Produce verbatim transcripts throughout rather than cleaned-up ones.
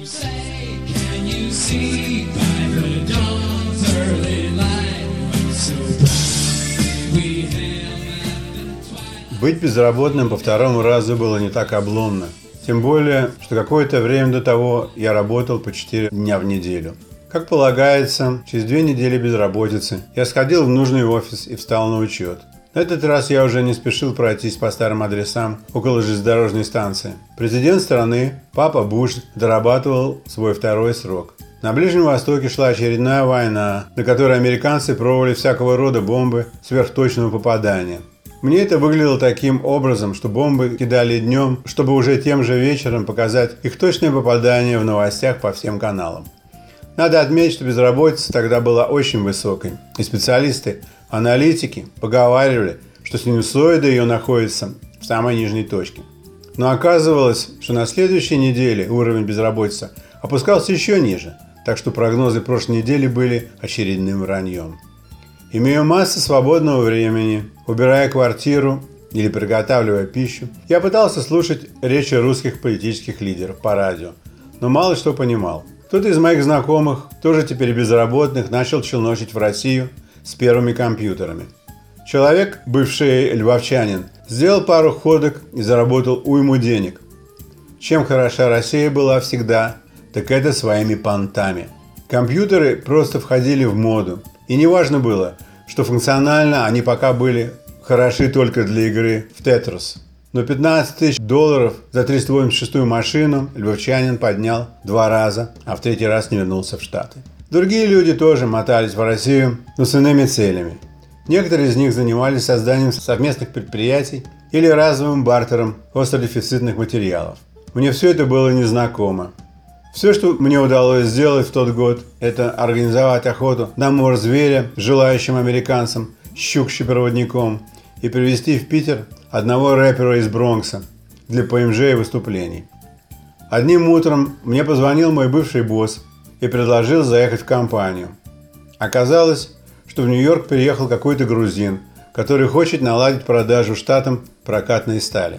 Быть безработным по второму разу было не так обломно. Тем более, что какое-то время до того я работал по четыре дня в неделю. Как полагается, через две недели безработицы я сходил в нужный офис и встал на учет. На этот раз я уже не спешил пройтись по старым адресам около железнодорожной станции. Президент страны, папа Буш, дорабатывал свой второй срок. На Ближнем Востоке шла очередная война, на которой американцы пробовали всякого рода бомбы сверхточного попадания. Мне это выглядело таким образом, что бомбы кидали днем, чтобы уже тем же вечером показать их точное попадание в новостях по всем каналам. Надо отметить, что безработица тогда была очень высокой, и специалисты, аналитики поговаривали, что синусоида ее находится в самой нижней точке. Но оказывалось, что на следующей неделе уровень безработицы опускался еще ниже, так что прогнозы прошлой недели были очередным враньем. Имея массу свободного времени, убирая квартиру или приготавливая пищу, я пытался слушать речи русских политических лидеров по радио, но мало что понимал. Кто-то из моих знакомых, тоже теперь безработных, начал челночить в Россию с первыми компьютерами. Человек, бывший львовчанин, сделал пару ходок и заработал уйму денег. Чем хороша Россия была всегда, так это своими понтами. Компьютеры просто входили в моду. И не важно было, что функционально они пока были хороши только для игры в Тетрис. Но пятнадцать тысяч долларов за триста восемьдесят шестую машину львовчанин поднял два раза, а в третий раз не вернулся в Штаты. Другие люди тоже мотались в Россию, но с иными целями. Некоторые из них занимались созданием совместных предприятий или разовым бартером остродефицитных материалов. Мне все это было незнакомо. Все, что мне удалось сделать в тот год, это организовать охоту на морзверя желающим американцам щукщи-проводником и привезти в Питер одного рэпера из Бронкса для ПМЖ и выступлений. Одним утром мне позвонил мой бывший босс и предложил заехать в компанию. Оказалось, что в Нью-Йорк переехал какой-то грузин, который хочет наладить продажу штатам прокатной стали.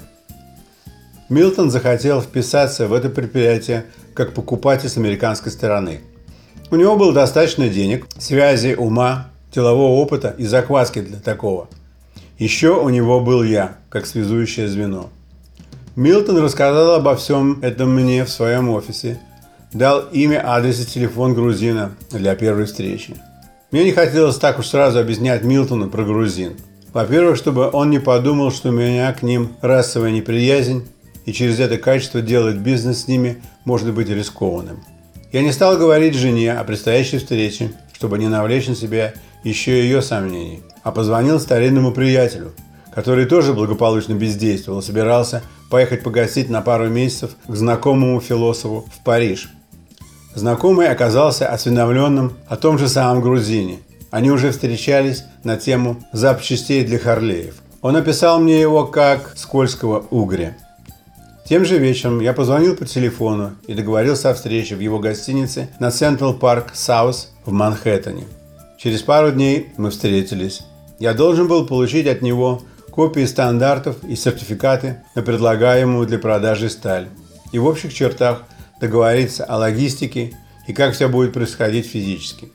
Милтон захотел вписаться в это предприятие как покупатель с американской стороны. У него было достаточно денег, связей, ума, делового опыта и закваски для такого. Еще у него был я, как связующее звено. Милтон рассказал обо всем этом мне в своем офисе, дал имя, адрес и телефон грузина для первой встречи. Мне не хотелось так уж сразу объяснять Милтону про грузин. Во-первых, чтобы он не подумал, что у меня к ним расовая неприязнь, и через это качество делать бизнес с ними может быть рискованным. Я не стал говорить жене о предстоящей встрече, чтобы не навлечь на себя еще ее сомнений, а позвонил старинному приятелю, который тоже благополучно бездействовал, собирался поехать погостить на пару месяцев к знакомому философу в Париж. Знакомый оказался осведомленным о том же самом грузине. Они уже встречались на тему запчастей для Харлеев. Он описал мне его как скользкого угря. Тем же вечером я позвонил по телефону и договорился о встрече в его гостинице на Central Park South в Манхэттене. Через пару дней мы встретились. Я должен был получить от него копии стандартов и сертификаты на предлагаемую для продажи сталь и в общих чертах договориться о логистике и как все будет происходить физически.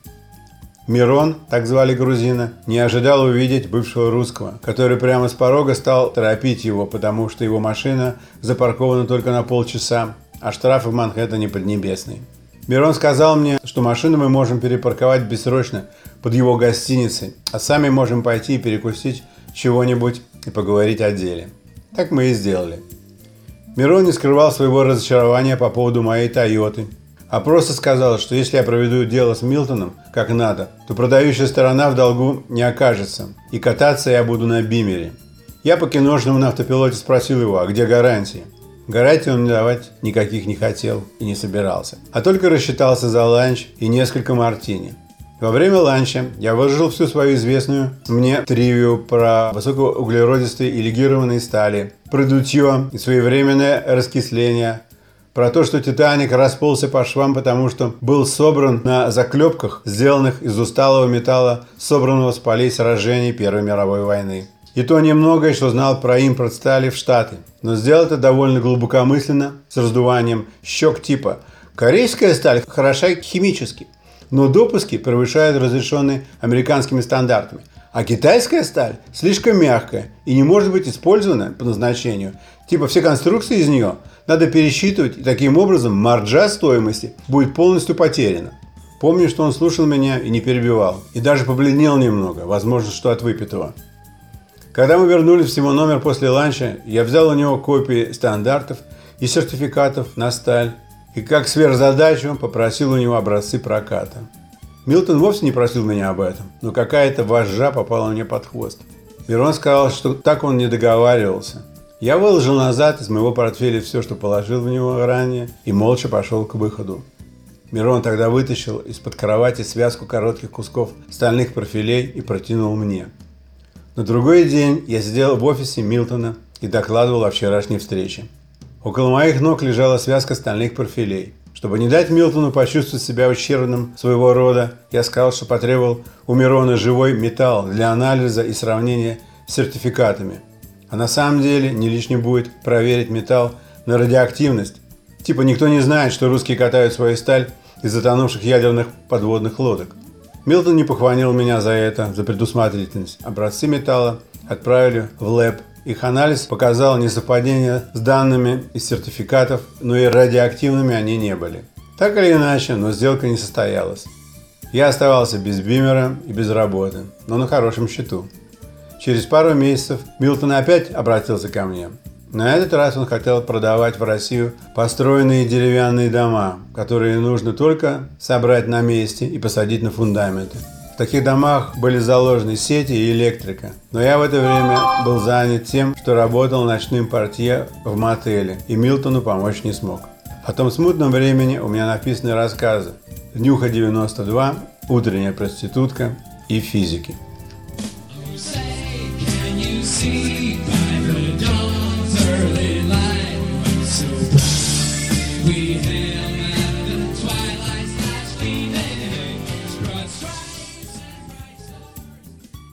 Мирон, так звали грузина, не ожидал увидеть бывшего русского, который прямо с порога стал торопить его, потому что его машина запаркована только на полчаса, а штрафы в Манхэттене поднебесные. Мирон сказал мне, что машину мы можем перепарковать бессрочно под его гостиницей, а сами можем пойти и перекусить чего-нибудь и поговорить о деле. Так мы и сделали. Мирон не скрывал своего разочарования по поводу моей Тойоты, а просто сказал, что если я проведу дело с Милтоном как надо, то продающая сторона в долгу не окажется, и кататься я буду на бимере. Я по-киношному на автопилоте спросил его, а где гарантии? Гарантий он мне давать никаких не хотел и не собирался, а только рассчитался за ланч и несколько мартини. Во время ланча я выложил всю свою известную мне тривию про высокоуглеродистые и легированные стали, про дутье и своевременное раскисление, про то, что «Титаник» расползся по швам, потому что был собран на заклепках, сделанных из усталого металла, собранного с полей сражений Первой мировой войны. И то немногое, что знал про импорт стали в Штаты. Но сделал это довольно глубокомысленно, с раздуванием щек типа Корейская сталь хороша химически, но допуски превышают разрешенные американскими стандартами. А китайская сталь слишком мягкая и не может быть использована по назначению. Типа все конструкции из нее надо пересчитывать, и таким образом маржа стоимости будет полностью потеряна. Помню, что он слушал меня и не перебивал. И даже побледнел немного, возможно, что от выпитого. Когда мы вернулись в его номер после ланча, я взял у него копии стандартов и сертификатов на сталь. И как сверхзадачу попросил у него образцы проката. Милтон вовсе не просил меня об этом, но какая-то вожжа попала мне под хвост. Мирон сказал, что так он не договаривался. Я выложил назад из моего портфеля все, что положил в него ранее, и молча пошел к выходу. Мирон тогда вытащил из-под кровати связку коротких кусков стальных профилей и протянул мне. На другой день я сидел в офисе Милтона и докладывал о вчерашней встрече. Около моих ног лежала связка стальных профилей. Чтобы не дать Милтону почувствовать себя ущербным своего рода, я сказал, что потребовал у Мирона живой металл для анализа и сравнения с сертификатами. А на самом деле не лишним будет проверить металл на радиоактивность. Типа никто не знает, что русские катают свою сталь из затонувших ядерных подводных лодок. Милтон не похвалил меня за это, за предусмотрительность. Образцы металла отправили в лэб. Их анализ показал несовпадение с данными из сертификатов, но и радиоактивными они не были. Так или иначе, но сделка не состоялась. Я оставался без бимера и без работы, но на хорошем счету. Через пару месяцев Милтон опять обратился ко мне. На этот раз он хотел продавать в Россию построенные деревянные дома, которые нужно только собрать на месте и посадить на фундаменты. В таких домах были заложены сети и электрика. Но я в это время был занят тем, что работал ночным портье в мотеле, и Милтону помочь не смог. О том смутном времени у меня написаны рассказы «Днюха девяносто два», «Утренняя проститутка» и «Физики». See